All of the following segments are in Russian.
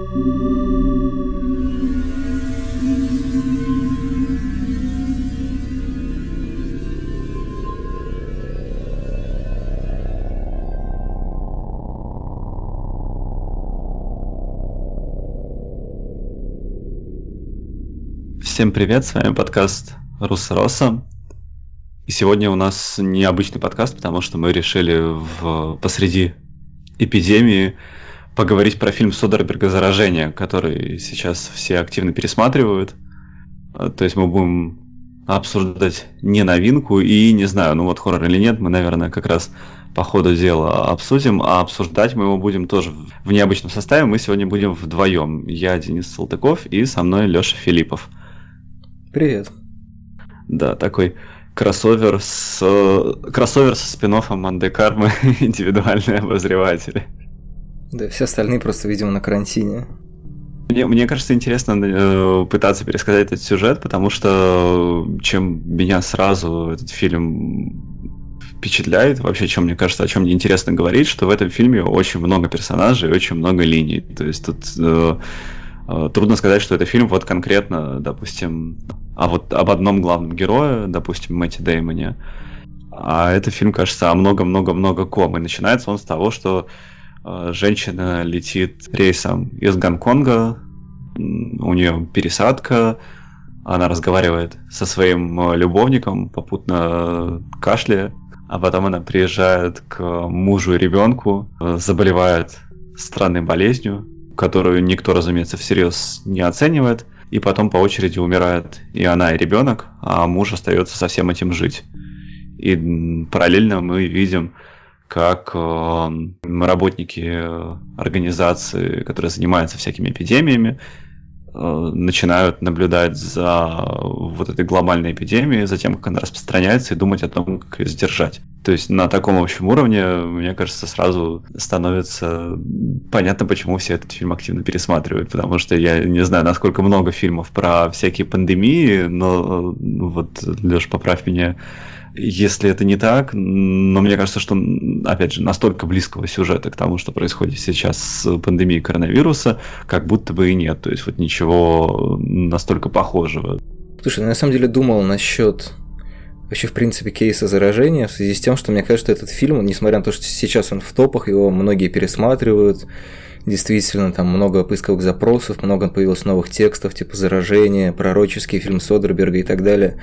Всем привет, с вами подкаст Руссороса. И сегодня у нас необычный подкаст, потому что мы решили посреди эпидемии поговорить про фильм Содерберга «Заражение», который сейчас все активно пересматривают. То есть мы будем обсуждать не новинку и не знаю, хоррор или нет, мы, наверное, как раз по ходу дела обсудим, а обсуждать мы его будем тоже в необычном составе. Мы сегодня будем вдвоем. Я Денис Салтыков и со мной Лёша Филиппов. Привет. Да, такой кроссовер со спин-оффом Монте Карло индивидуальные обозреватели. Да, все остальные просто, видимо, на карантине. Мне кажется, интересно пытаться пересказать этот сюжет, потому что чем меня сразу этот фильм впечатляет, вообще, чем мне кажется, о чем мне интересно говорить, что в этом фильме очень много персонажей, очень много линий. То есть тут трудно сказать, что это фильм вот конкретно, допустим, об одном главном герое, допустим, Мэтте Дэймоне. А это фильм, кажется, о много-много-много ком. И начинается он с того, что женщина летит рейсом из Гонконга, у нее пересадка, она разговаривает со своим любовником, попутно кашляя, а потом она приезжает к мужу и ребенку, заболевает странной болезнью, которую никто, разумеется, всерьез не оценивает, и потом по очереди умирает и она, и ребенок, а муж остается со всем этим жить. И параллельно мы видим, как работники организации, которые занимаются всякими эпидемиями, начинают наблюдать за вот этой глобальной эпидемией, за тем, как она распространяется, и думать о том, как ее сдержать. То есть на таком общем уровне, мне кажется, сразу становится понятно, почему все этот фильм активно пересматривают, потому что я не знаю, насколько много фильмов про всякие пандемии, но вот, Лёш, поправь меня, если это не так, но мне кажется, что, опять же, настолько близкого сюжета к тому, что происходит сейчас с пандемией коронавируса, как будто бы и нет. То есть вот ничего настолько похожего. Слушай, на самом деле думал насчет вообще, в принципе, кейса заражения в связи с тем, что мне кажется, этот фильм, несмотря на то, что сейчас он в топах, его многие пересматривают, действительно, там много поисковых запросов, много появилось новых текстов, типа «Заражение», пророческий фильм Содерберга и так далее.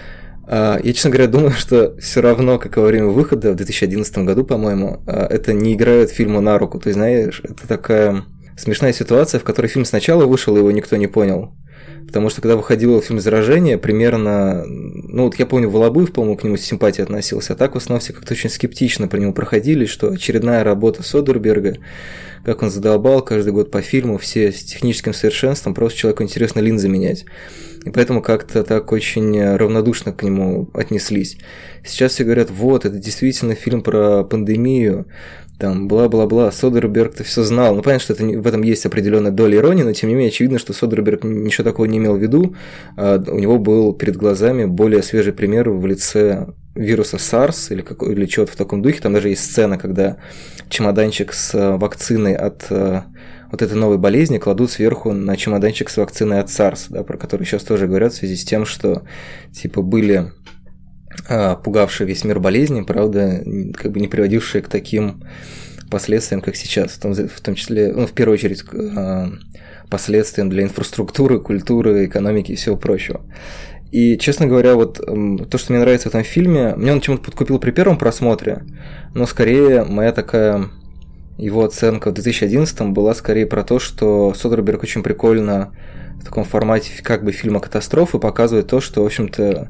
Я, честно говоря, думаю, что все равно, как во время выхода в 2011 году, по-моему, это не играет фильму на руку. Ты знаешь, это такая смешная ситуация, в которой фильм сначала вышел, и его никто не понял. Потому что, когда выходил фильм «Заражение», примерно... я помню, Волобуев, по-моему, к нему с симпатией относился, а так в основном все как-то очень скептично по нему проходили, что очередная работа Содерберга, как он задолбал каждый год по фильму, все с техническим совершенством, просто человеку интересно линзы менять. И поэтому как-то так очень равнодушно к нему отнеслись. Сейчас все говорят, вот, это действительно фильм про пандемию, там, бла-бла-бла, Содерберг-то все знал. Понятно, что в этом есть определенная доля иронии, но тем не менее очевидно, что Содерберг ничего такого не имел в виду. У него был перед глазами более свежий пример в лице вируса SARS или чего-то в таком духе. Там даже есть сцена, когда чемоданчик с вакциной от вот этой новой болезни кладут сверху на чемоданчик с вакциной от SARS, да, про который сейчас тоже говорят в связи с тем, что типа были пугавшие весь мир болезни, правда, как бы не приводившие к таким последствиям, как сейчас, в том числе, в первую очередь, последствиям для инфраструктуры, культуры, экономики и всего прочего. И, честно говоря, вот то, что мне нравится в этом фильме, мне он чем-то подкупил при первом просмотре, но скорее моя такая его оценка в 2011 была скорее про то, что Содерберг очень прикольно в таком формате как бы фильма «Катастрофы» показывает то, что, в общем-то,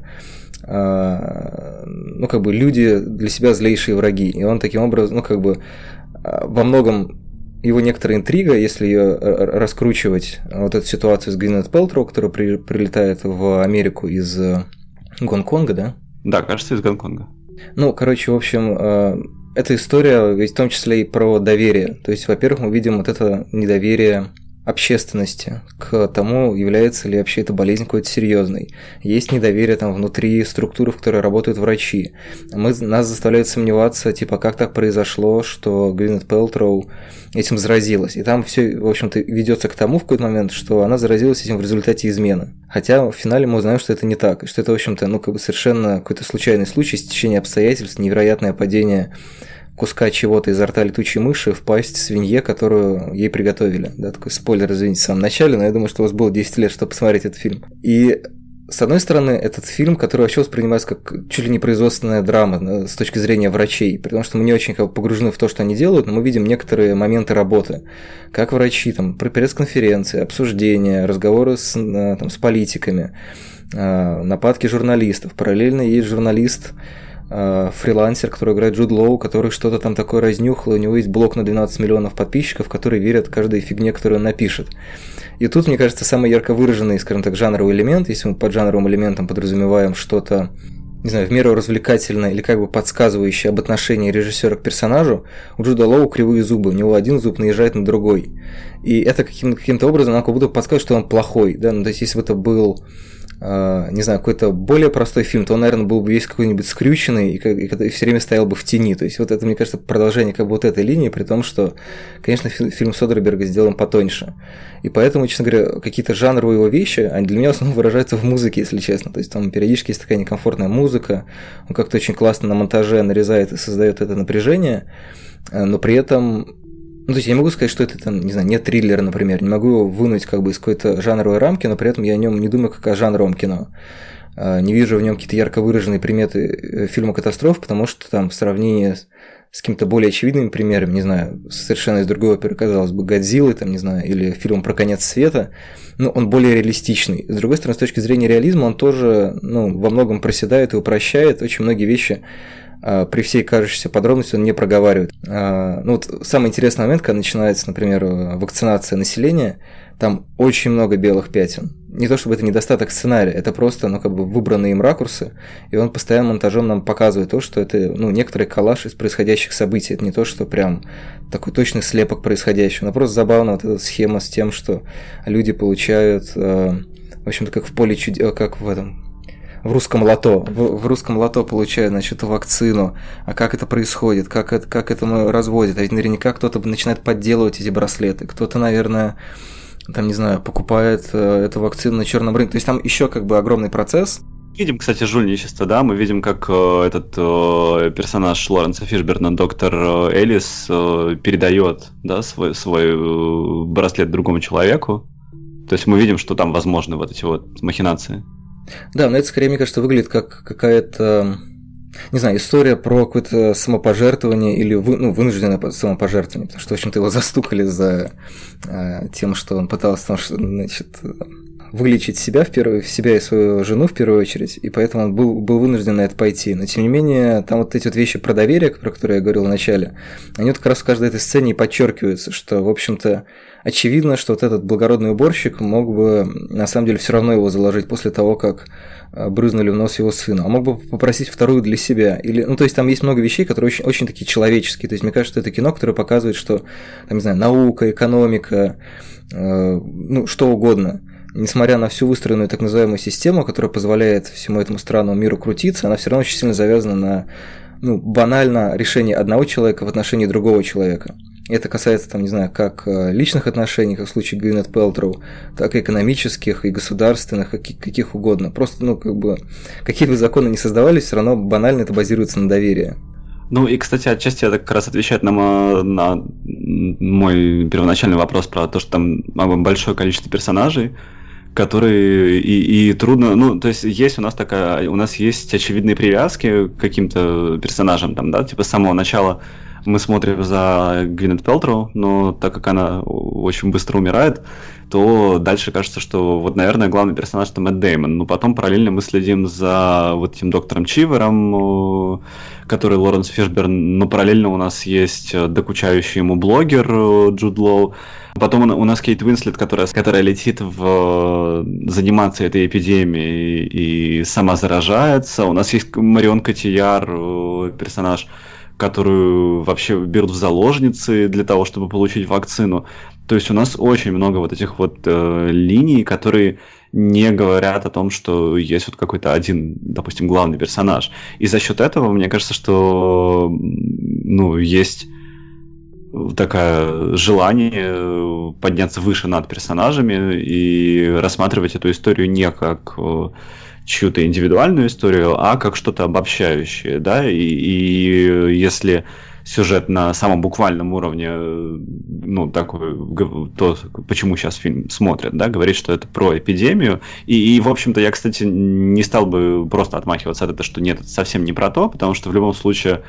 люди для себя злейшие враги. И он таким образом, во многом его некоторая интрига, если ее раскручивать, вот эту ситуацию с Гвинет Пэлтроу, которая прилетает в Америку из Гонконга, да? Да, кажется, из Гонконга. В общем, эта история ведь в том числе и про доверие. То есть, во-первых, мы видим вот это недоверие общественности к тому, является ли вообще эта болезнь какой-то серьезной. Есть недоверие там внутри структуры, в которой работают врачи. Нас заставляют сомневаться, типа, как так произошло, что Гвинет Пэлтроу этим заразилась. И там все, в общем-то, ведется к тому в какой-то момент, что она заразилась этим в результате измены. Хотя в финале мы узнаем, что это не так, и что это, в общем-то, совершенно какой-то случайный случай, стечение обстоятельств, невероятное падение куска чего-то изо рта летучей мыши в пасть свинье, которую ей приготовили. Да, такой спойлер, извините, в самом начале, но я думаю, что у вас было 10 лет, чтобы посмотреть этот фильм. И с одной стороны, этот фильм, который вообще воспринимается как чуть ли не производственная драма с точки зрения врачей, потому что мы не очень погружены в то, что они делают, но мы видим некоторые моменты работы, как врачи, там, пресс-конференции, обсуждения, разговоры с политиками, нападки журналистов. Параллельно есть журналист, фрилансер, который играет Джуд Лоу, который что-то там такое разнюхал, у него есть блог на 12 миллионов подписчиков, которые верят каждой фигне, которую он напишет. И тут, мне кажется, самый ярко выраженный, скажем так, жанровый элемент, если мы под жанровым элементом подразумеваем что-то, не знаю, в меру развлекательное или как бы подсказывающее об отношении режиссера к персонажу, у Джуда Лоу кривые зубы, у него один зуб наезжает на другой. И это каким-то образом нам как будто подсказывает, что он плохой, да, то есть если бы это был, не знаю, какой-то более простой фильм, то он, наверное, был бы весь какой-нибудь скрюченный и все время стоял бы в тени. То есть вот это, мне кажется, продолжение как бы вот этой линии, при том, что, конечно, фильм Содерберга сделан потоньше. И поэтому, честно говоря, какие-то жанровые его вещи, они для меня в основном выражаются в музыке, если честно. То есть там периодически есть такая некомфортная музыка, он как-то очень классно на монтаже нарезает и создает это напряжение, но при этом... то есть я не могу сказать, что это там, не знаю, не триллер, например, не могу его вынуть как бы из какой-то жанровой рамки, но при этом я о нем не думаю как о жанровом кино. Не вижу в нем какие-то ярко выраженные приметы фильма «Катастроф», потому что там в сравнении с какими-то более очевидными примерами, не знаю, совершенно из другой оперы, казалось бы, «Годзиллы», там, не знаю, или фильмом про конец света, он более реалистичный. С другой стороны, с точки зрения реализма, он тоже, во многом проседает и упрощает очень многие вещи. При всей кажущейся подробности он не проговаривает. Самый интересный момент, когда начинается, например, вакцинация населения, там очень много белых пятен. Не то чтобы это недостаток сценария, это просто выбранные им ракурсы, и он постоянно монтажом нам показывает то, что это некоторый коллаж из происходящих событий. Это не то, что прям такой точный слепок происходящего, но просто забавно вот эта схема с тем, что люди получают, в общем-то, как в поле чудес, как в этом... В русском лото. В русском лото получают, эту вакцину. А как это происходит? Как это разводят? А ведь наверняка кто-то начинает подделывать эти браслеты. Кто-то, наверное, там, не знаю, покупает эту вакцину на черном рынке. То есть там еще огромный процесс. Видим, кстати, жульничество, да, мы видим, как этот персонаж Лоренса Фишберна, доктор Элис, передает, да, свой браслет другому человеку. То есть мы видим, что там возможны вот эти вот махинации. Да, но это скорее, мне кажется, выглядит как какая-то, не знаю, история про какое-то самопожертвование или вынужденное самопожертвование, потому что, в общем-то, его застукали за тем, что он пытался, вылечить себя себя и свою жену в первую очередь, и поэтому он был вынужден на это пойти. Но, тем не менее, там вот эти вот вещи про доверие, про которые я говорил в начале, они вот как раз в каждой этой сцене и подчеркиваются, что, в общем-то, очевидно, что вот этот благородный уборщик мог бы, на самом деле, все равно его заложить после того, как брызнули в нос его сына. А мог бы попросить вторую для себя. Или, то есть там есть много вещей, которые очень, очень такие человеческие. То есть мне кажется, что это кино, которое показывает, что, там, не знаю, наука, экономика, что угодно, несмотря на всю выстроенную так называемую систему, которая позволяет всему этому странному миру крутиться, она все равно очень сильно завязана на банально решении одного человека в отношении другого человека. И это касается, там, не знаю, как личных отношений, как в случае Гвинет Пэлтроу, так и экономических, и государственных, каких угодно. Просто, какие бы законы ни создавались, все равно банально это базируется на доверии. И, кстати, отчасти это как раз отвечает на мой первоначальный вопрос про то, что там большое количество персонажей, которые и трудно, то есть у нас есть очевидные привязки к каким-то персонажам, там, да, типа с самого начала мы смотрим за Гвинет Пэлтроу, но так как она очень быстро умирает, то дальше кажется, что вот, наверное, главный персонаж это Мэтт Дэймон. Но потом параллельно мы следим за вот этим доктором Чивером, который Лоренс Фишберн, но параллельно у нас есть докучающий ему блогер Джуд Лоу. Потом у нас Кейт Уинслет, которая летит заниматься этой эпидемией и сама заражается. У нас есть Марион Котийяр, персонаж, которую вообще берут в заложницы для того, чтобы получить вакцину. То есть у нас очень много вот этих вот линий, которые не говорят о том, что есть вот какой-то один, допустим, главный персонаж. И за счет этого, мне кажется, что есть такое желание подняться выше над персонажами и рассматривать эту историю не как чью-то индивидуальную историю, а как что-то обобщающее, да, и если сюжет на самом буквальном уровне, такой, то почему сейчас фильм смотрят, да, говорит, что это про эпидемию, и в общем-то, я, кстати, не стал бы просто отмахиваться от этого, что нет, это совсем не про то, потому что в любом случае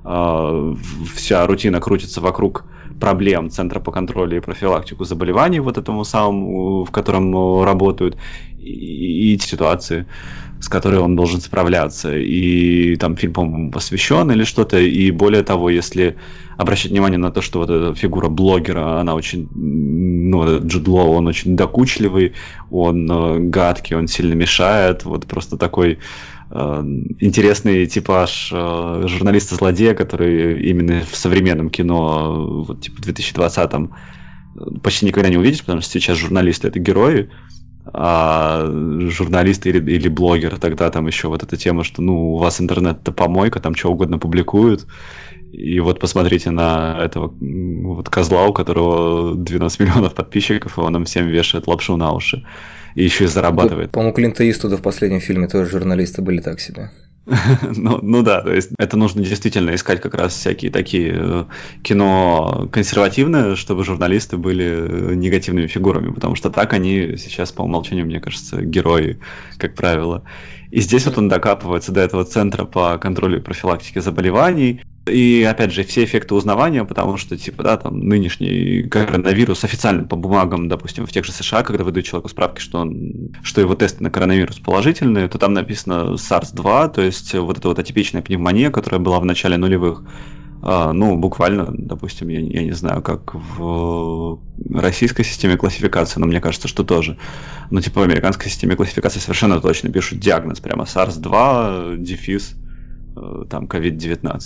вся рутина крутится вокруг проблем Центра по контролю и профилактику заболеваний, вот этому самому, в котором работают, и ситуации, с которой он должен справляться. И там фильм, по-моему, посвящен или что-то. И более того, если обращать внимание на то, что вот эта фигура блогера, она очень, Джуд Лоу, он очень докучливый, он гадкий, он сильно мешает, вот просто такой интересный типаж журналиста-злодея, который именно в современном кино, вот типа в 2020-м, почти никогда не увидишь, потому что сейчас журналисты — это герои, а журналисты или блогеры, тогда там еще вот эта тема, что у вас интернет-то помойка, там что угодно публикуют. И вот посмотрите на этого вот козла, у которого 12 миллионов подписчиков, и он им всем вешает лапшу на уши. И еще и зарабатывает. По-моему, Клинта Иствуда в последнем фильме тоже журналисты были так себе. Ну да, то есть это нужно действительно искать как раз всякие такие кино консервативное, чтобы журналисты были негативными фигурами, потому что так они сейчас по умолчанию, мне кажется, герои, как правило. И здесь вот он докапывается до этого центра по контролю и профилактике заболеваний. И, опять же, все эффекты узнавания, потому что, там, нынешний коронавирус официально по бумагам, допустим, в тех же США, когда выдают человеку справки, что его тесты на коронавирус положительные, то там написано SARS-2, то есть вот эта вот атипичная пневмония, которая была в начале нулевых, буквально, допустим, я не знаю, как в российской системе классификации, но мне кажется, что тоже. В американской системе классификации совершенно точно пишут диагноз, прямо SARS-2, дефис, там, COVID-19.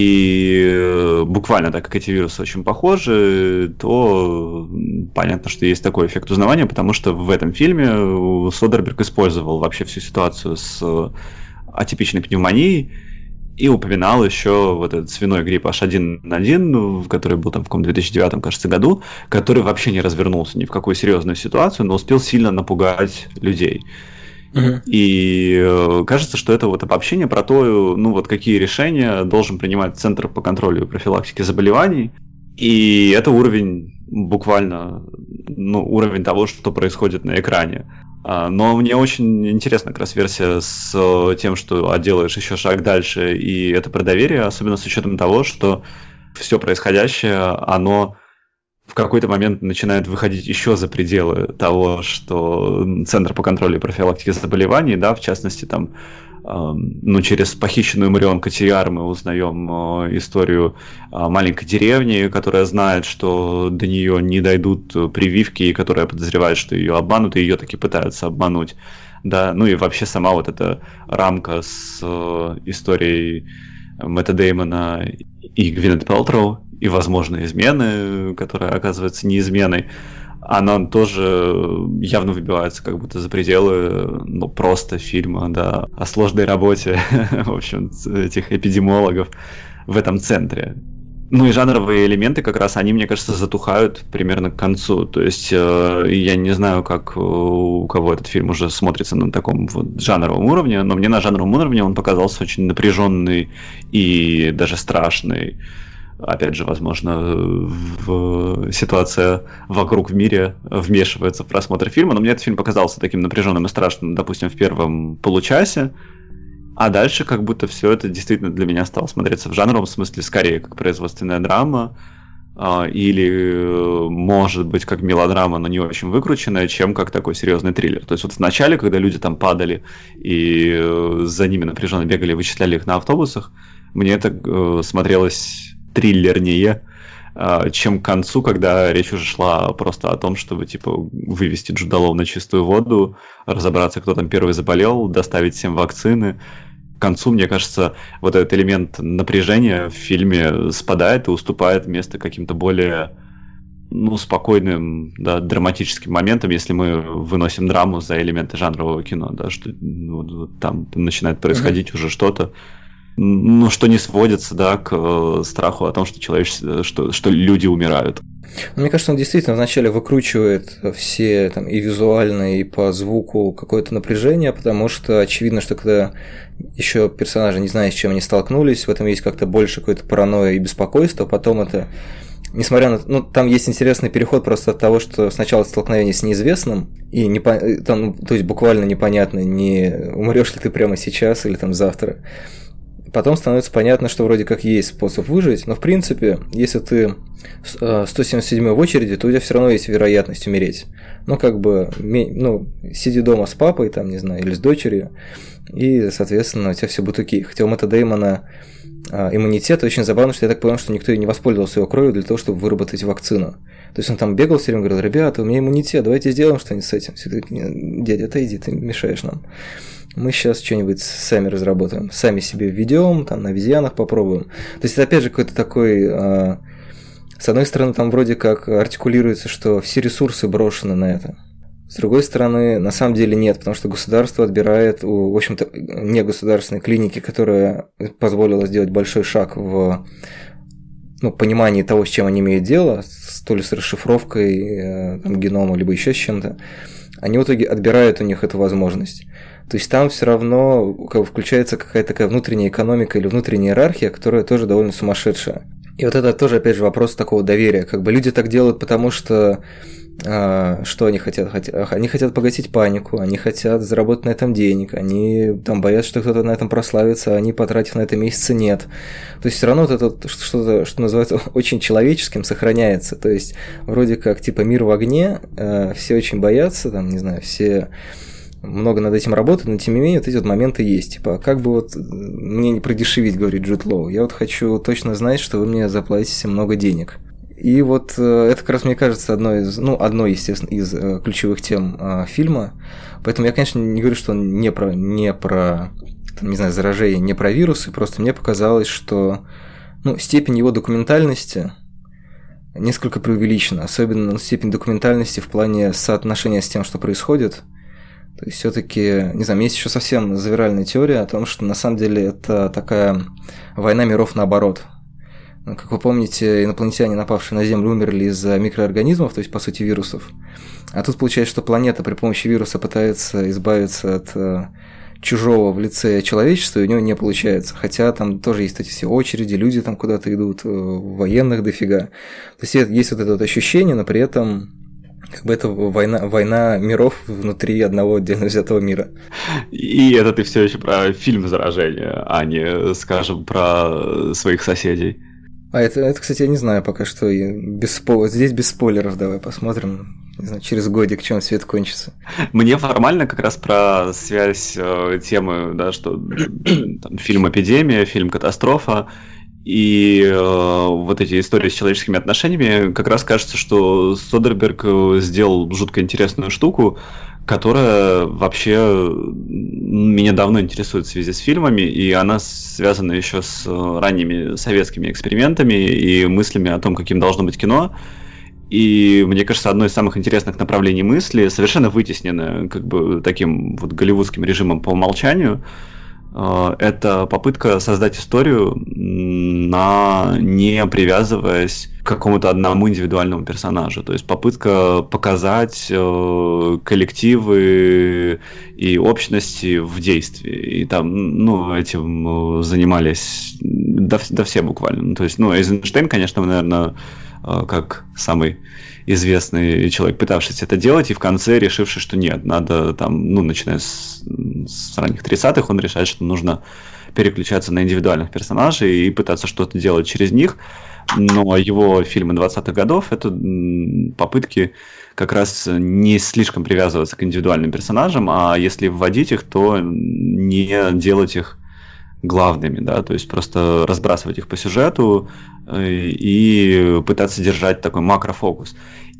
И буквально, так как эти вирусы очень похожи, то понятно, что есть такой эффект узнавания, потому что в этом фильме Содерберг использовал вообще всю ситуацию с атипичной пневмонией и упоминал еще вот этот свиной грипп H1N1, который был там в каком-то 2009, кажется, году, который вообще не развернулся ни в какую серьезную ситуацию, но успел сильно напугать людей. И кажется, что это вот обобщение про то, какие решения должен принимать Центр по контролю и профилактике заболеваний. И это уровень буквально, уровень того, что происходит на экране. Но мне очень интересна как раз версия с тем, что делаешь еще шаг дальше, и это про доверие, особенно с учетом того, что все происходящее, оно в какой-то момент начинает выходить еще за пределы того, что Центр по контролю и профилактике заболеваний, да, в частности, там, через похищенную Марион Котияр мы узнаем историю маленькой деревни, которая знает, что до нее не дойдут прививки, и которая подозревает, что ее обманут, и ее таки пытаются обмануть. Да, и вообще сама вот эта рамка с историей Мэтта Дэймона и Гвинет Пэлтроу, и возможные измены, которая оказывается не изменой, она тоже явно выбивается как будто за пределы просто фильма, да, о сложной работе, в общем, этих эпидемиологов в этом центре. И жанровые элементы как раз, они, мне кажется, затухают примерно к концу. То есть я не знаю, как у кого этот фильм уже смотрится на таком вот жанровом уровне, но мне на жанровом уровне он показался очень напряженный и даже страшный. Опять же, возможно, ситуация вокруг в мире вмешивается в просмотр фильма, но мне этот фильм показался таким напряженным и страшным, допустим, в первом получасе, а дальше как будто все это действительно для меня стало смотреться в жанровом смысле скорее как производственная драма, или, может быть, как мелодрама, но не очень выкрученная, чем как такой серьезный триллер. То есть вот в начале, когда люди там падали и за ними напряженно бегали и вычисляли их на автобусах, мне это смотрелось триллернее, чем к концу, когда речь уже шла просто о том, чтобы вывести Джуда Лоу на чистую воду, разобраться, кто там первый заболел, доставить всем вакцины. К концу, мне кажется, вот этот элемент напряжения в фильме спадает и уступает место каким-то более ну, спокойным, да, драматическим моментом, если мы выносим драму за элементы жанрового кино, да, что вот там начинает происходить уже что-то, ну, что не сводится, да, к страху о том, что люди умирают. Мне кажется, он действительно вначале выкручивает все там, и визуально, и по звуку какое-то напряжение, потому что очевидно, что когда еще персонажи не знают, с чем они столкнулись, в этом есть как-то больше какой-то паранойи и беспокойства, потом это, несмотря на... Ну, там есть интересный переход просто от того, что сначала столкновение с неизвестным, и там, то есть буквально непонятно, не умрешь ли ты прямо сейчас или там завтра. Потом становится понятно, что вроде как есть способ выжить, но в принципе, если ты 177 в очереди, то у тебя все равно есть вероятность умереть. Ну, как бы, ну, сиди дома с папой, там, не знаю, или с дочерью, и, соответственно, у тебя все будет окей. Хотя у Мэтта Дэймона иммунитет очень забавно, что я так понял, что никто и не воспользовался его кровью для того, чтобы выработать вакцину. То есть он там бегал все время, говорил: ребята, у меня иммунитет, давайте сделаем что-нибудь с этим. Все таки: дядя, отойди, ты мешаешь нам. Мы сейчас что-нибудь сами разработаем, сами себе введем, там на обезьянах попробуем. То есть это опять же какой-то такой... С одной стороны, там вроде как артикулируется, что все ресурсы брошены на это. С другой стороны, на самом деле нет, потому что государство отбирает у, в общем-то, негосударственной клиники, которая позволила сделать большой шаг в понимании того, с чем они имеют дело, то ли с расшифровкой там, генома, либо еще с чем-то, они в итоге отбирают у них эту возможность. То есть там все равно включается какая-то такая внутренняя экономика или внутренняя иерархия, которая тоже довольно сумасшедшая. И вот это тоже, опять же, вопрос такого доверия. Как бы люди так делают, потому что что они хотят? Они хотят погасить панику, они хотят заработать на этом денег, они там боятся, что кто-то на этом прославится, а они, потратив на это месяца, нет. То есть все равно вот это что-то, что называется, очень человеческим сохраняется. То есть вроде как типа мир в огне, все очень боятся, там, не знаю, все много над этим работают, но тем не менее вот эти вот моменты есть. Типа, как бы вот мне не продешевить, говорит Джуд Лоу, я вот хочу точно знать, что вы мне заплатите много денег. И вот это как раз, мне кажется, одной, естественно, из ключевых тем фильма. Поэтому я, конечно, не говорю, что он не про там, не знаю, заражение, не про вирусы, просто мне показалось, что степень его документальности несколько преувеличена, особенно степень документальности в плане соотношения с тем, что происходит. То есть все-таки, не знаю, есть еще совсем завиральная теория о том, что на самом деле это такая война миров наоборот. Как вы помните, инопланетяне, напавшие на Землю, умерли из-за микроорганизмов, то есть, по сути, вирусов. А тут получается, что планета при помощи вируса пытается избавиться от чужого в лице человечества, и у него не получается. Хотя там тоже есть эти все очереди, люди там куда-то идут, военных дофига. То есть есть вот это вот ощущение, но при этом как бы это война миров внутри одного отдельно взятого мира. И это ты все еще про фильм «Заражение», а не, скажем, про своих соседей. А это, кстати, я не знаю пока что. Здесь без спойлеров давай посмотрим. Не знаю, через годик, чем свет кончится. Мне формально как раз про связь темы, да, что там, фильм «Эпидемия», фильм «Катастрофа», и вот эти истории с человеческими отношениями, как раз кажется, что Содерберг сделал жутко интересную штуку, которая вообще меня давно интересует в связи с фильмами, и она связана еще с ранними советскими экспериментами и мыслями о том, каким должно быть кино. И мне кажется, одно из самых интересных направлений мысли, совершенно вытесненное как бы таким вот голливудским режимом по умолчанию, это попытка создать историю, не привязываясь к какому-то одному индивидуальному персонажу. То есть попытка показать коллективы и общности в действии. И там, этим занимались все буквально. То есть, Эйзенштейн, конечно, наверное, как самый известный человек, пытавшийся это делать, и в конце решивший, что нет, надо там, начиная с ранних 30-х, он решает, что нужно переключаться на индивидуальных персонажей и пытаться что-то делать через них. Но его фильмы 20-х годов — это попытки как раз не слишком привязываться к индивидуальным персонажам, а если вводить их, то не делать их главными, да, то есть просто разбрасывать их по сюжету и пытаться держать такой макрофокус.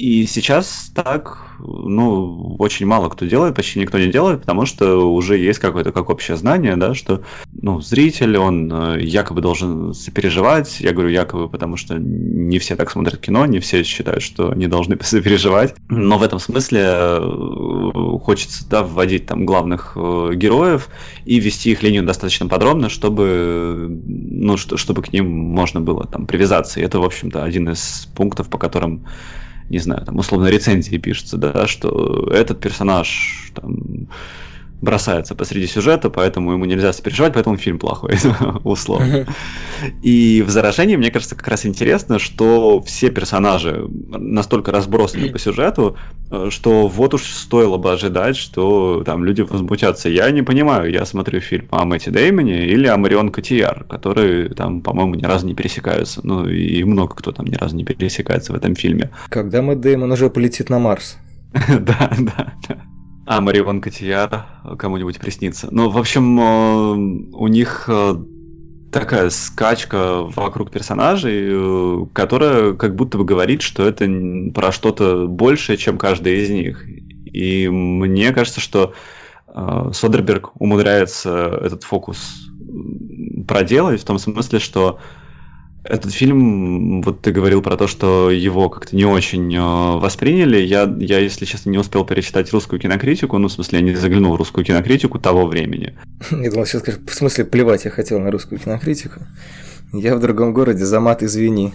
И сейчас так, ну, очень мало кто делает, почти никто не делает, потому что уже есть какое-то как общее знание, да, что, ну, зритель, он якобы должен сопереживать. Я говорю якобы, потому что не все так смотрят кино, не все считают, что они должны сопереживать. Но в этом смысле хочется, да, вводить там главных героев и вести их линию достаточно подробно, чтобы, ну, чтобы к ним можно было там привязаться. И это, в общем-то, один из пунктов, по которым, не знаю, там условно рецензии пишутся, да, что этот персонаж там бросается посреди сюжета, поэтому ему нельзя сопереживать, поэтому фильм плохой, условно. И в «Заражении», мне кажется, как раз интересно, что все персонажи настолько разбросаны по сюжету, что вот уж стоило бы ожидать, что там люди возмутятся. Я не понимаю, я смотрю фильм о Мэтте Дэймоне или о Марион Котийяр, которые там, по-моему, ни разу не пересекаются. Ну и много кто там ни разу не пересекается в этом фильме. Когда Мэтт Дэймон уже полетит на Марс. Да. А Марион Котийяр кому-нибудь приснится. Ну, в общем, у них такая скачка вокруг персонажей, которая как будто бы говорит, что это про что-то большее, чем каждый из них. И мне кажется, что Содерберг умудряется этот фокус проделать, в том смысле, что этот фильм, вот ты говорил про то, что его как-то не очень восприняли. Я, если честно, не успел перечитать русскую кинокритику, ну, в смысле, я не заглянул в русскую кинокритику того времени. Я думал, сейчас скажешь, в смысле, плевать я хотел на русскую кинокритику. Я в другом городе, за мат извини.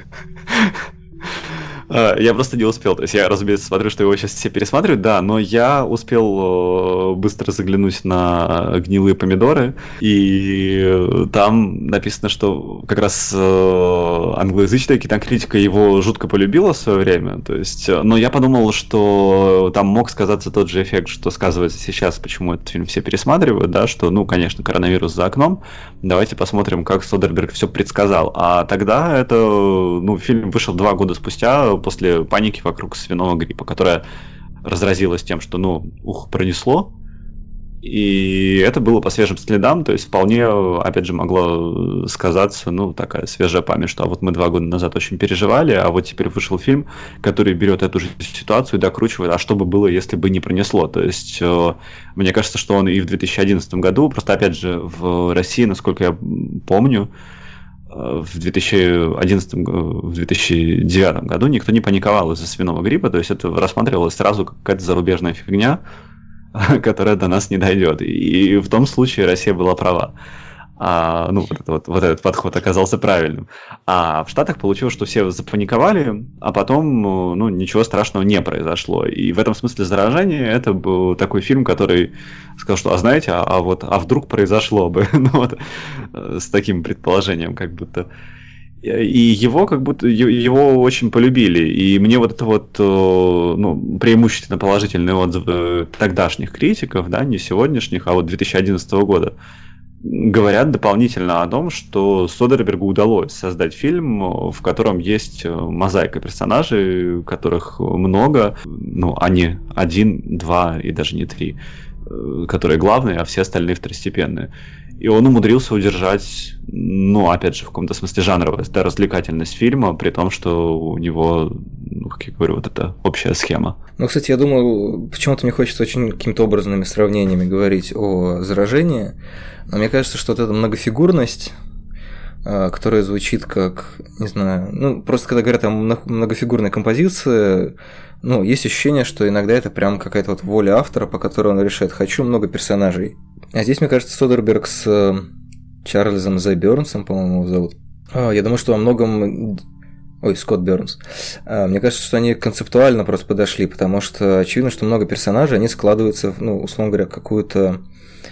Я просто не успел, то есть я, разумеется, смотрю, что его сейчас все пересматривают, да, но я успел быстро заглянуть на «Гнилые помидоры», и там написано, что как раз англоязычная кинокритика его жутко полюбила в свое время, то есть, но я подумал, что там мог сказаться тот же эффект, что сказывается сейчас, почему этот фильм все пересматривают, да, что, ну, конечно, коронавирус за окном, давайте посмотрим, как Содерберг все предсказал, а тогда это, ну, фильм вышел 2 года спустя, после паники вокруг свиного гриппа, которая разразилась тем, что, ну, пронесло, и это было по свежим следам, то есть вполне, опять же, могло сказаться, ну, такая свежая память, что вот мы 2 года назад очень переживали, а вот теперь вышел фильм, который берет эту же ситуацию и докручивает, а что бы было, если бы не пронесло, то есть мне кажется, что он и в 2011 году, просто, опять же, в России, насколько я помню, в 2009 году никто не паниковал из-за свиного гриппа, то есть это рассматривалось сразу как какая-то зарубежная фигня, которая до нас не дойдет. И в том случае Россия была права. Ну, вот этот подход оказался правильным. А в Штатах получилось, что все запаниковали, а потом, ну, ничего страшного не произошло. И в этом смысле «Заражение» — это был такой фильм, который сказал, что, а знаете, а вдруг произошло бы, ну, вот, с таким предположением, как будто. И его как будто его очень полюбили. И мне вот это вот, ну, преимущественно положительные отзывы тогдашних критиков, да, не сегодняшних, а вот 2011 года, говорят дополнительно о том, что Содербергу удалось создать фильм, в котором есть мозаика персонажей, которых много, ну, они 1, 2 и даже не 3, которые главные, а все остальные второстепенные. И он умудрился удержать, ну, опять же, в каком-то смысле жанровую, да, развлекательность фильма, при том, что у него, ну, как я говорю, вот эта общая схема. Ну, кстати, я думал, почему-то мне хочется очень какими-то образными сравнениями говорить о «Заражении», но мне кажется, что вот эта многофигурность, которая звучит как, не знаю, ну, просто когда говорят о многофигурной композиции, ну, есть ощущение, что иногда это прям какая-то вот воля автора, по которой он решает, хочу много персонажей. А здесь, мне кажется, Содерберг с Чарльзом З. Бёрнсом, по-моему, его зовут. Я думаю, что во многом... Ой, Скотт Бёрнс. Мне кажется, что они концептуально просто подошли, потому что очевидно, что много персонажей, они складываются, ну, условно говоря, какую-то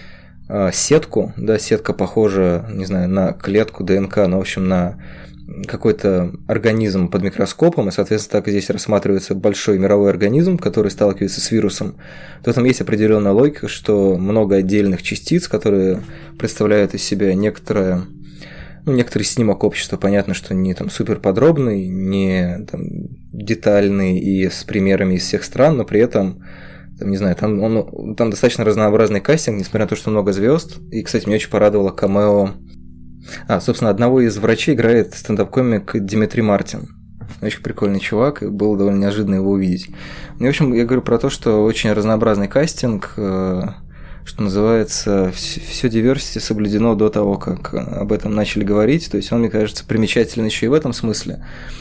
сетку, да, сетка похожа, не знаю, на клетку ДНК, но, в общем, на какой-то организм под микроскопом, и, соответственно, так и здесь рассматривается большой мировой организм, который сталкивается с вирусом, то в этом есть определенная логика, что много отдельных частиц, которые представляют из себя некоторый снимок общества. Понятно, что не там супер подробный, не там детальный и с примерами из всех стран, но при этом, там, не знаю, там достаточно разнообразный кастинг, несмотря на то, что много звезд. И, кстати, меня очень порадовало камео. Собственно, одного из врачей играет стендап-комик Димитри Мартин. Очень прикольный чувак, и было довольно неожиданно его увидеть. Ну, в общем, я говорю про то, что очень разнообразный кастинг, что называется, все diversity соблюдено до того, как об этом начали говорить. То есть он, мне кажется, примечателен еще и в этом смысле.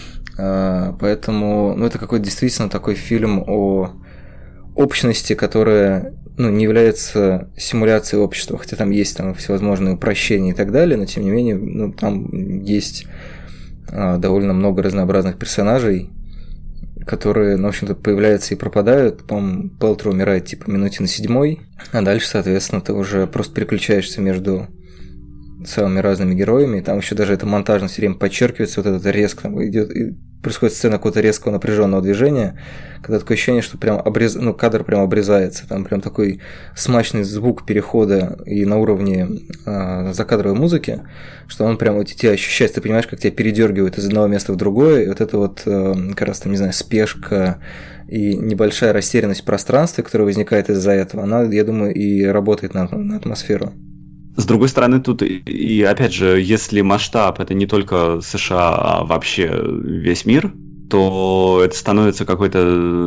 Поэтому, это какой-то действительно такой фильм о общности, которая не является симуляцией общества, хотя там есть всевозможные упрощения и так далее, но тем не менее там есть довольно много разнообразных персонажей, которые, в общем-то, появляются и пропадают. По-моему, Пелтер умирает типа минуте на 7, а дальше, соответственно, ты уже просто переключаешься между самыми разными героями. И там еще даже это монтажно все время подчеркивается, вот этот резко там идет, происходит сцена какого-то резкого напряженного движения, когда такое ощущение, что прям кадр прям обрезается, там прям такой смачный звук перехода и на уровне закадровой музыки, что он прям тебя ощущает, ты понимаешь, как тебя передергивает из одного места в другое, и вот это вот как раз там, не знаю, спешка и небольшая растерянность в пространстве, которая возникает из-за этого, она, я думаю, и работает на атмосферу. С другой стороны, тут и опять же, если масштаб это не только США, а вообще весь мир, то это становится какой-то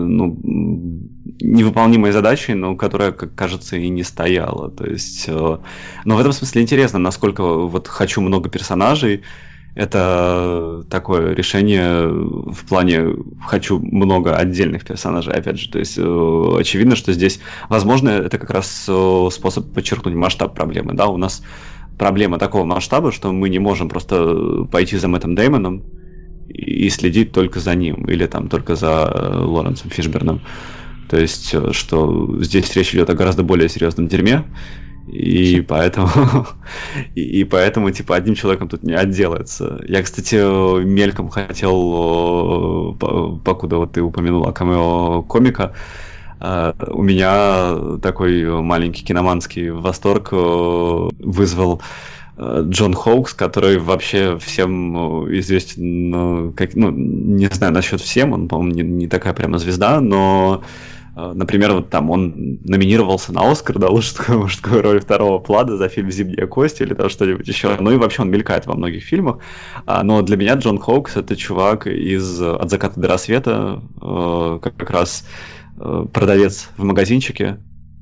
невыполнимой задачей, но которая, как кажется, и не стояла. То есть, но в этом смысле интересно, насколько вот хочу много персонажей. Это такое решение в плане «хочу много отдельных персонажей», опять же. То есть, очевидно, что здесь, возможно, это как раз способ подчеркнуть масштаб проблемы. Да? У нас проблема такого масштаба, что мы не можем просто пойти за Мэттом Дэймоном и следить только за ним, или там только за Лоренсом Фишберном. То есть, что здесь речь идет о гораздо более серьезном дерьме, и поэтому типа одним человеком тут не отделается. Я, кстати, мельком хотел, покуда вот ты упомянула камео комика, у меня такой маленький киноманский восторг вызвал Джон Хоукс, который вообще всем известен, не знаю насчет всем, он, по-моему, не такая прямо звезда, но например, вот там он номинировался на Оскар, да, лучшую мужскую роль второго плана за фильм «Зимняя кость» или там что-нибудь еще. Ну и вообще он мелькает во многих фильмах. Но для меня Джон Хоукс — это чувак из «От заката до рассвета», как раз продавец в магазинчике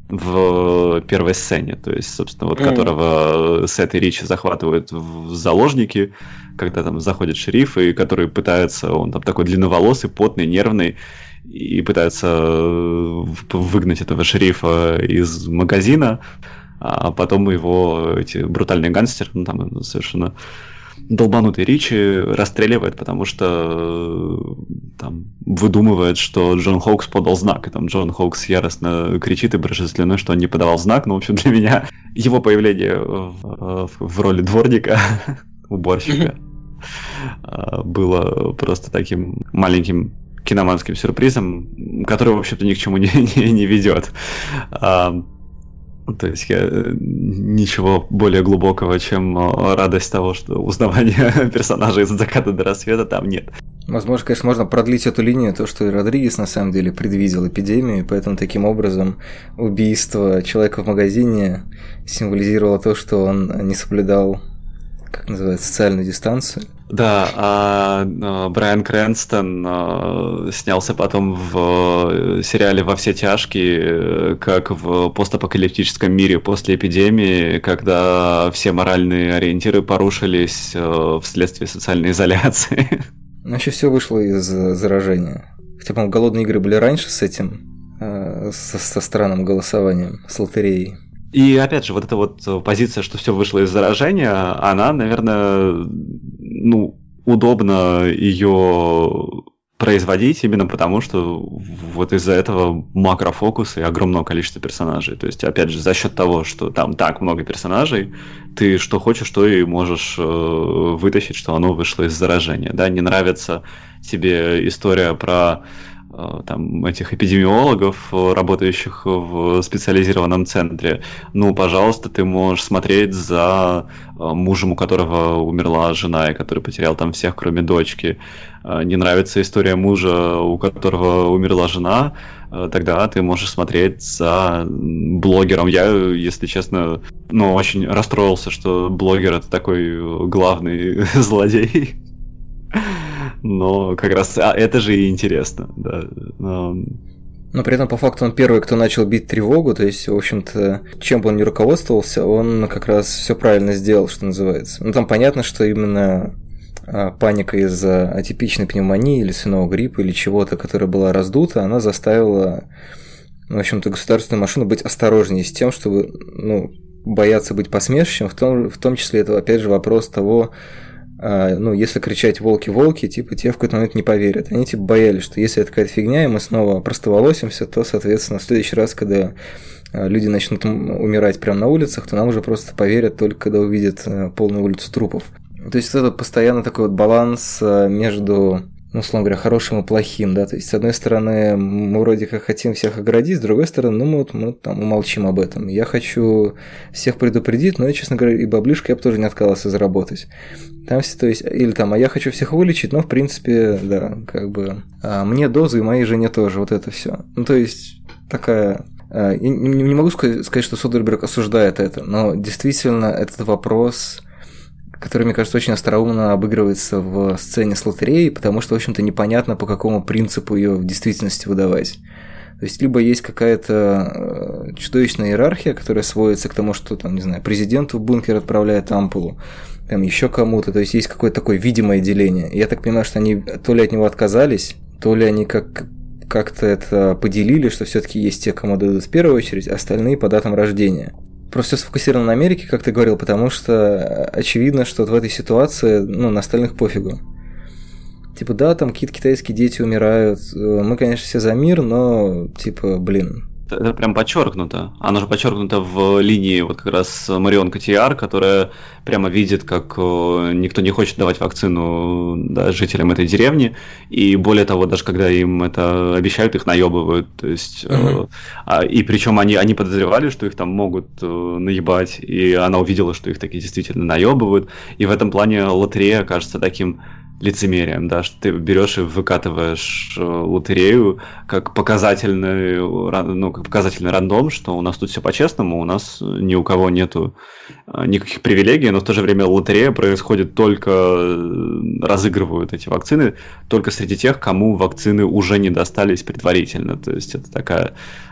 в первой сцене, то есть, собственно, вот которого Сет и Ричи захватывают в заложники, когда там заходит шериф, и который пытается, он там такой длинноволосый, потный, нервный, и пытается выгнать этого шерифа из магазина, а потом его эти брутальные гангстеры, там совершенно долбанутый Ричи расстреливает, потому что там выдумывает, что Джон Хоукс подал знак, и там Джон Хоукс яростно кричит и брызжет слюной, что он не подавал знак, но, в общем, для меня его появление в роли дворника, уборщика, было просто таким маленьким киноманским сюрпризом, который, в общем-то, ни к чему не ведет. То есть ничего более глубокого, чем радость того, что узнавание персонажа из заката до рассвета там нет. Возможно, конечно, можно продлить эту линию, то, что и Родригес на самом деле предвидел эпидемию, и поэтому таким образом убийство человека в магазине символизировало то, что он не соблюдал, как называется, социальную дистанцию. Да, Брайан Крэнстон снялся потом в сериале «Во все тяжкие», как в постапокалиптическом мире после эпидемии, когда все моральные ориентиры порушились вследствие социальной изоляции. Вообще все вышло из заражения. Хотя, по-моему, «Голодные игры» были раньше с этим, со странным голосованием, с лотереей. И опять же, вот эта вот позиция, что все вышло из заражения, она, наверное, удобно ее производить именно потому, что вот из-за этого макрофокус и огромное количество персонажей. То есть, опять же, за счет того, что там так много персонажей, ты что хочешь, то и можешь вытащить, что оно вышло из заражения. Да? Не нравится тебе история про там, этих эпидемиологов, работающих в специализированном центре, пожалуйста, ты можешь смотреть за мужем, у которого умерла жена, и который потерял там всех, кроме дочки. Не нравится история мужа, у которого умерла жена, тогда ты можешь смотреть за блогером. Я, если честно, очень расстроился, что блогер — это такой главный злодей. но как раз это же и интересно, да. Но при этом, по факту, он первый, кто начал бить тревогу, то есть, в общем-то, чем бы он ни руководствовался, он как раз все правильно сделал, что называется. Ну, там понятно, что именно паника из-за атипичной пневмонии или свиного гриппа или чего-то, которая была раздута, она заставила, в общем-то, государственную машину быть осторожнее с тем, чтобы, бояться быть посмешищем, в том числе это, опять же, вопрос того, если кричать «волки-волки», типа, те в какой-то момент не поверят. Они, типа, боялись, что если это какая-то фигня, и мы снова простоволосимся, то, соответственно, в следующий раз, когда люди начнут умирать прямо на улицах, то нам уже просто поверят только когда увидят полную улицу трупов. То есть это постоянно такой вот баланс между, условно говоря, хорошим и плохим, да, то есть с одной стороны мы вроде как хотим всех оградить, с другой стороны, мы там умолчим об этом. Я хочу всех предупредить, но, честно говоря, и баблишко я бы тоже не отказался заработать. Там все, то есть, или там, я хочу всех вылечить, но в принципе, да, как бы мне дозы и моей жене тоже, вот это все. То есть такая. Я не могу сказать, что Содерберг осуждает это, но действительно этот вопрос, который, мне кажется, очень остроумно обыгрывается в сцене с лотереей, потому что, в общем-то, непонятно, по какому принципу ее в действительности выдавать. То есть, либо есть какая-то чудовищная иерархия, которая сводится к тому, что, там, не знаю, президенту в бункер отправляет ампулу, там, еще кому-то, то есть, есть какое-то такое видимое деление. И я так понимаю, что они то ли от него отказались, то ли они как-то это поделили, что все-таки есть те, кому дадут в первую очередь, а остальные по датам рождения. Просто все сфокусировано на Америке, как ты говорил, потому что очевидно, что вот в этой ситуации, на остальных пофигу. Типа, да, там какие-то китайские дети умирают, мы, конечно, все за мир, но, типа, блин. Это прям подчеркнуто. Оно же подчеркнуто в линии вот как раз Марион Котийяр, которая прямо видит, как никто не хочет давать вакцину, да, жителям этой деревни, и более того, даже когда им это обещают, их наебывают. То есть, и причем они подозревали, что их там могут наебать, и она увидела, что их таки действительно наебывают. И в этом плане лотерея кажется таким лицемерием, да, что ты берешь и выкатываешь лотерею как показательный рандом, что у нас тут все по-честному, у нас ни у кого нету никаких привилегий, но в то же время лотерея происходит только, разыгрывают эти вакцины только среди тех, кому вакцины уже не достались предварительно, то есть это такая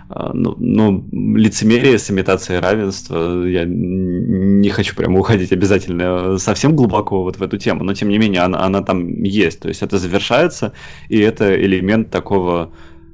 лицемерие с имитацией равенства. Я не хочу прямо уходить обязательно совсем глубоко вот в эту тему, но тем не менее она там есть. То есть это завершается, и это элемент такого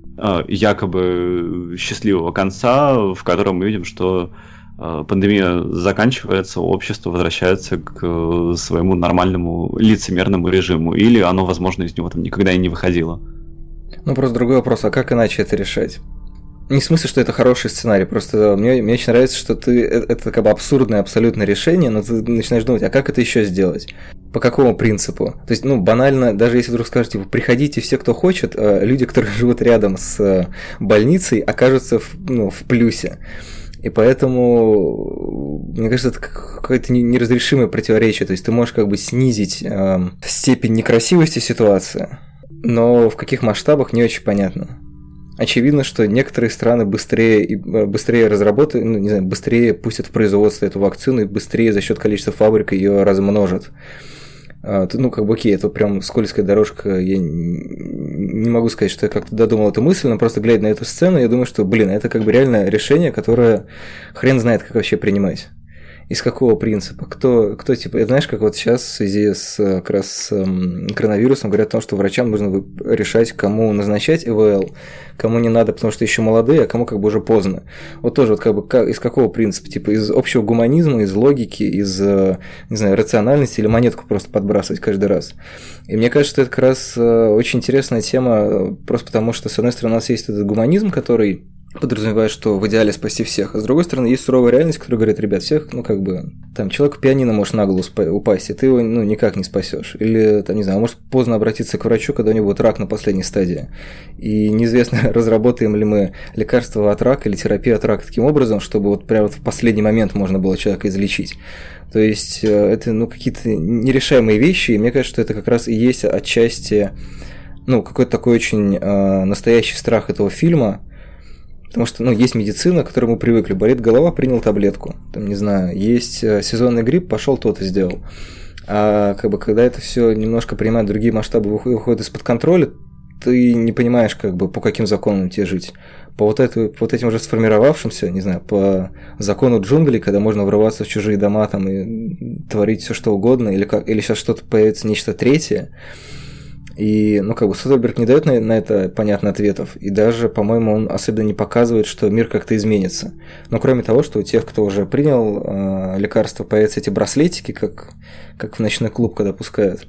якобы счастливого конца, в котором мы видим, что пандемия заканчивается, общество возвращается к своему нормальному лицемерному режиму, или оно, возможно, из него там никогда и не выходило. Просто другой вопрос, а как иначе это решать? Не в смысле, что это хороший сценарий, просто мне очень нравится, что это как бы абсурдное абсолютное решение, но ты начинаешь думать, а как это еще сделать? По какому принципу? То есть, банально, даже если вдруг скажешь, типа, приходите все, кто хочет, люди, которые живут рядом с больницей, окажутся в плюсе. И поэтому, мне кажется, это какое-то неразрешимое противоречие. То есть ты можешь как бы снизить степень некрасивости ситуации, но в каких масштабах не очень понятно. Очевидно, что некоторые страны быстрее разработают, быстрее пустят в производство эту вакцину и быстрее за счет количества фабрик ее размножат. Окей, это прям скользкая дорожка, я не могу сказать, что я как-то додумал эту мысль, но просто глядя на эту сцену, я думаю, что, это как бы реально решение, которое хрен знает, как вообще принимать. Из какого принципа? Кто типа, это знаешь, как вот сейчас в связи с как раз коронавирусом говорят о том, что врачам нужно решать, кому назначать ИВЛ, кому не надо, потому что еще молодые, а кому как бы уже поздно. Вот тоже вот как бы из какого принципа? Типа из общего гуманизма, из логики, из, не знаю, рациональности или монетку просто подбрасывать каждый раз. И мне кажется, что это как раз очень интересная тема, просто потому что, с одной стороны, у нас есть этот гуманизм, который подразумевает, что в идеале спасти всех, а с другой стороны есть суровая реальность, которая говорит, ребят, всех, там человеку пианино может на голову упасть, и ты его, никак не спасешь. Или, там, не знаю, может поздно обратиться к врачу, когда у него будет рак на последней стадии. И неизвестно, разработаем ли мы лекарство от рака или терапию от рака таким образом, чтобы вот прямо в последний момент можно было человека излечить. То есть это, какие-то нерешаемые вещи, и мне кажется, что это как раз и есть отчасти, какой-то такой очень настоящий страх этого фильма. Потому что, есть медицина, к которой мы привыкли. Болит голова, принял таблетку. Там, не знаю, есть сезонный грипп, пошел тот и сделал. А как бы когда это все немножко принимает другие масштабы, выходит из-под контроля, ты не понимаешь, как бы, по каким законам тебе жить. По вот этим уже сформировавшимся, не знаю, по закону джунглей, когда можно врываться в чужие дома там, и творить все что угодно, или сейчас что-то появится, нечто третье. И, ну, как бы Содерберг не дает на это понятно ответов, и даже, по-моему, он особенно не показывает, что мир как-то изменится. Но кроме того, что у тех, кто уже принял лекарства, появятся эти браслетики, как в ночной клуб, когда пускают.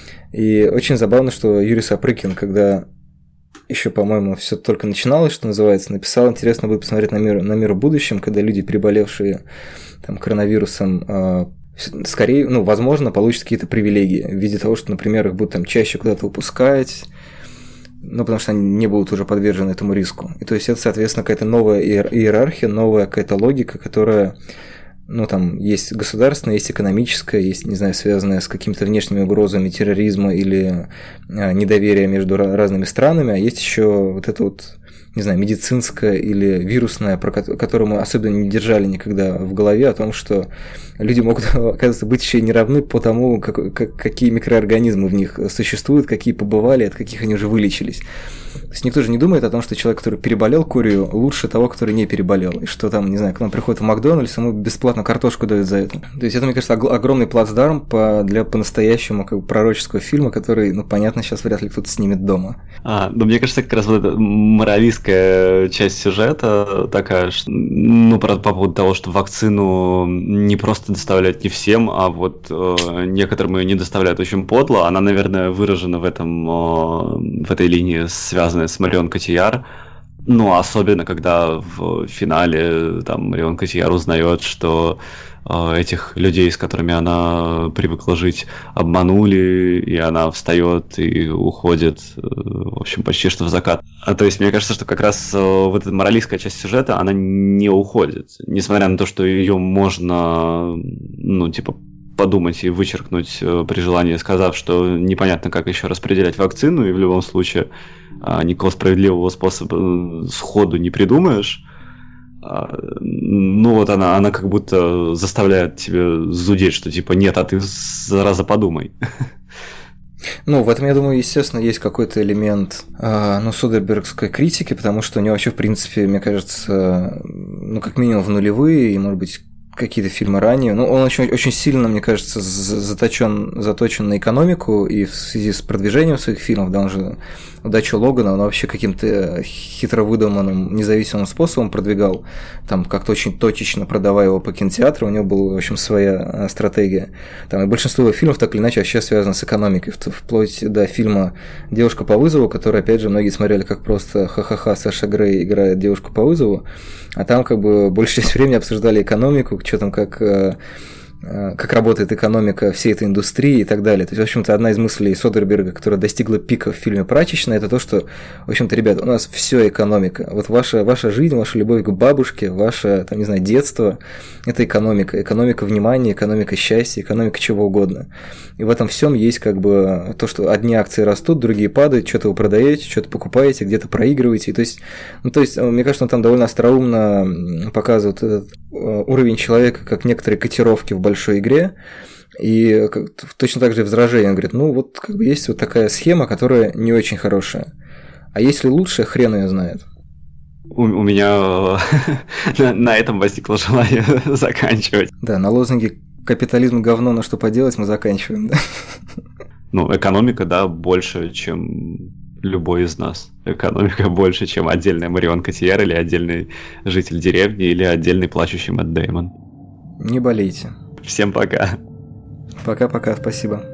И очень забавно, что Юрий Сапрыкин, когда еще, по-моему, все только начиналось, что называется, написал: интересно будет посмотреть на мир в будущем, когда люди, переболевшие там коронавирусом, скорее, ну, возможно, получат какие-то привилегии в виде того, что, например, их будут там чаще куда-то выпускать, ну, потому что они не будут уже подвержены этому риску. И то есть это, соответственно, какая-то новая иерархия, новая какая-то логика, которая, ну, там есть государственная, есть экономическая, есть, не знаю, связанная с какими-то внешними угрозами терроризма или недоверия между разными странами, а есть еще вот это вот, не знаю, медицинская или вирусная, про которую мы особенно не держали никогда в голове, о том, что люди могут, оказывается, быть еще и не равны по тому, какие микроорганизмы в них существуют, какие побывали, от каких они уже вылечились. То есть никто же не думает о том, что человек, который переболел курью, лучше того, который не переболел. И что там, не знаю, к нам приходит в Макдональдс, ему бесплатно картошку дают за это. То есть это, мне кажется, огромный плацдарм для по-настоящему как бы пророческого фильма, который, ну, понятно, сейчас вряд ли кто-то снимет дома. Но мне кажется, как раз вот эта моралистская часть сюжета такая, что, ну, по поводу того, что вакцину не просто доставляют не всем, а вот некоторым ее не доставляют очень подло, она, наверное, выражена в этой линии, связанная с Марион Котийяр. Ну, особенно, когда в финале там Марион Котийяр узнает, что этих людей, с которыми она привыкла жить, обманули, и она встает и уходит, в общем, почти что в закат. То есть, мне кажется, что как раз вот эта моралистская часть сюжета, она не уходит. Несмотря на то, что ее можно, ну, типа, подумать и вычеркнуть при желании, сказав, что непонятно, как еще распределять вакцину, и в любом случае никакого справедливого способа сходу не придумаешь. Ну вот она как будто заставляет тебя зудеть, что типа нет, а ты зараза подумай. Ну, в этом, я думаю, естественно, есть какой-то элемент, ну, содербергской критики, потому что у него вообще, в принципе, мне кажется, ну, как минимум в нулевые, и, может быть, какие-то фильмы ранее. Ну, он очень, очень сильно, мне кажется, заточен на экономику, и в связи с продвижением своих фильмов, да, он же «Удачу Логана» он вообще каким-то хитро выдуманным независимым способом продвигал, там как-то очень точечно продавая его по кинотеатру, у него была, в общем, своя стратегия. Там и большинство его фильмов так или иначе вообще связано с экономикой, вплоть до фильма «Девушка по вызову», который, опять же, многие смотрели как просто ха-ха-ха, Саша Грей играет девушку по вызову, а там как бы большую часть времени обсуждали экономику, что там как работает экономика всей этой индустрии и так далее. То есть, в общем-то, одна из мыслей Содерберга, которая достигла пика в фильме «Прачечная», это то, что, в общем-то, ребят, у нас все экономика. Вот ваша жизнь, ваша любовь к бабушке, ваше, там, не знаю, детство – это экономика. Экономика внимания, экономика счастья, экономика чего угодно. И в этом всем есть как бы то, что одни акции растут, другие падают, что-то вы продаете, что-то покупаете, где-то проигрываете. И то есть, мне кажется, он там довольно остроумно показывает этот уровень человека, как некоторые котировки в большой игре, и точно так же и возражение. Он говорит, ну вот как бы есть вот такая схема, которая не очень хорошая. А если лучше, хрен ее знает. У меня на этом возникло желание заканчивать. Да, на лозунге «Капитализм говно, но что поделать» мы заканчиваем, да. Ну, экономика, да, больше, чем любой из нас. Экономика больше, чем отдельная Марион Котийяр или отдельный житель деревни или отдельный плачущий Мэтт Дэймон. Не болейте. Всем пока. Пока-пока, спасибо.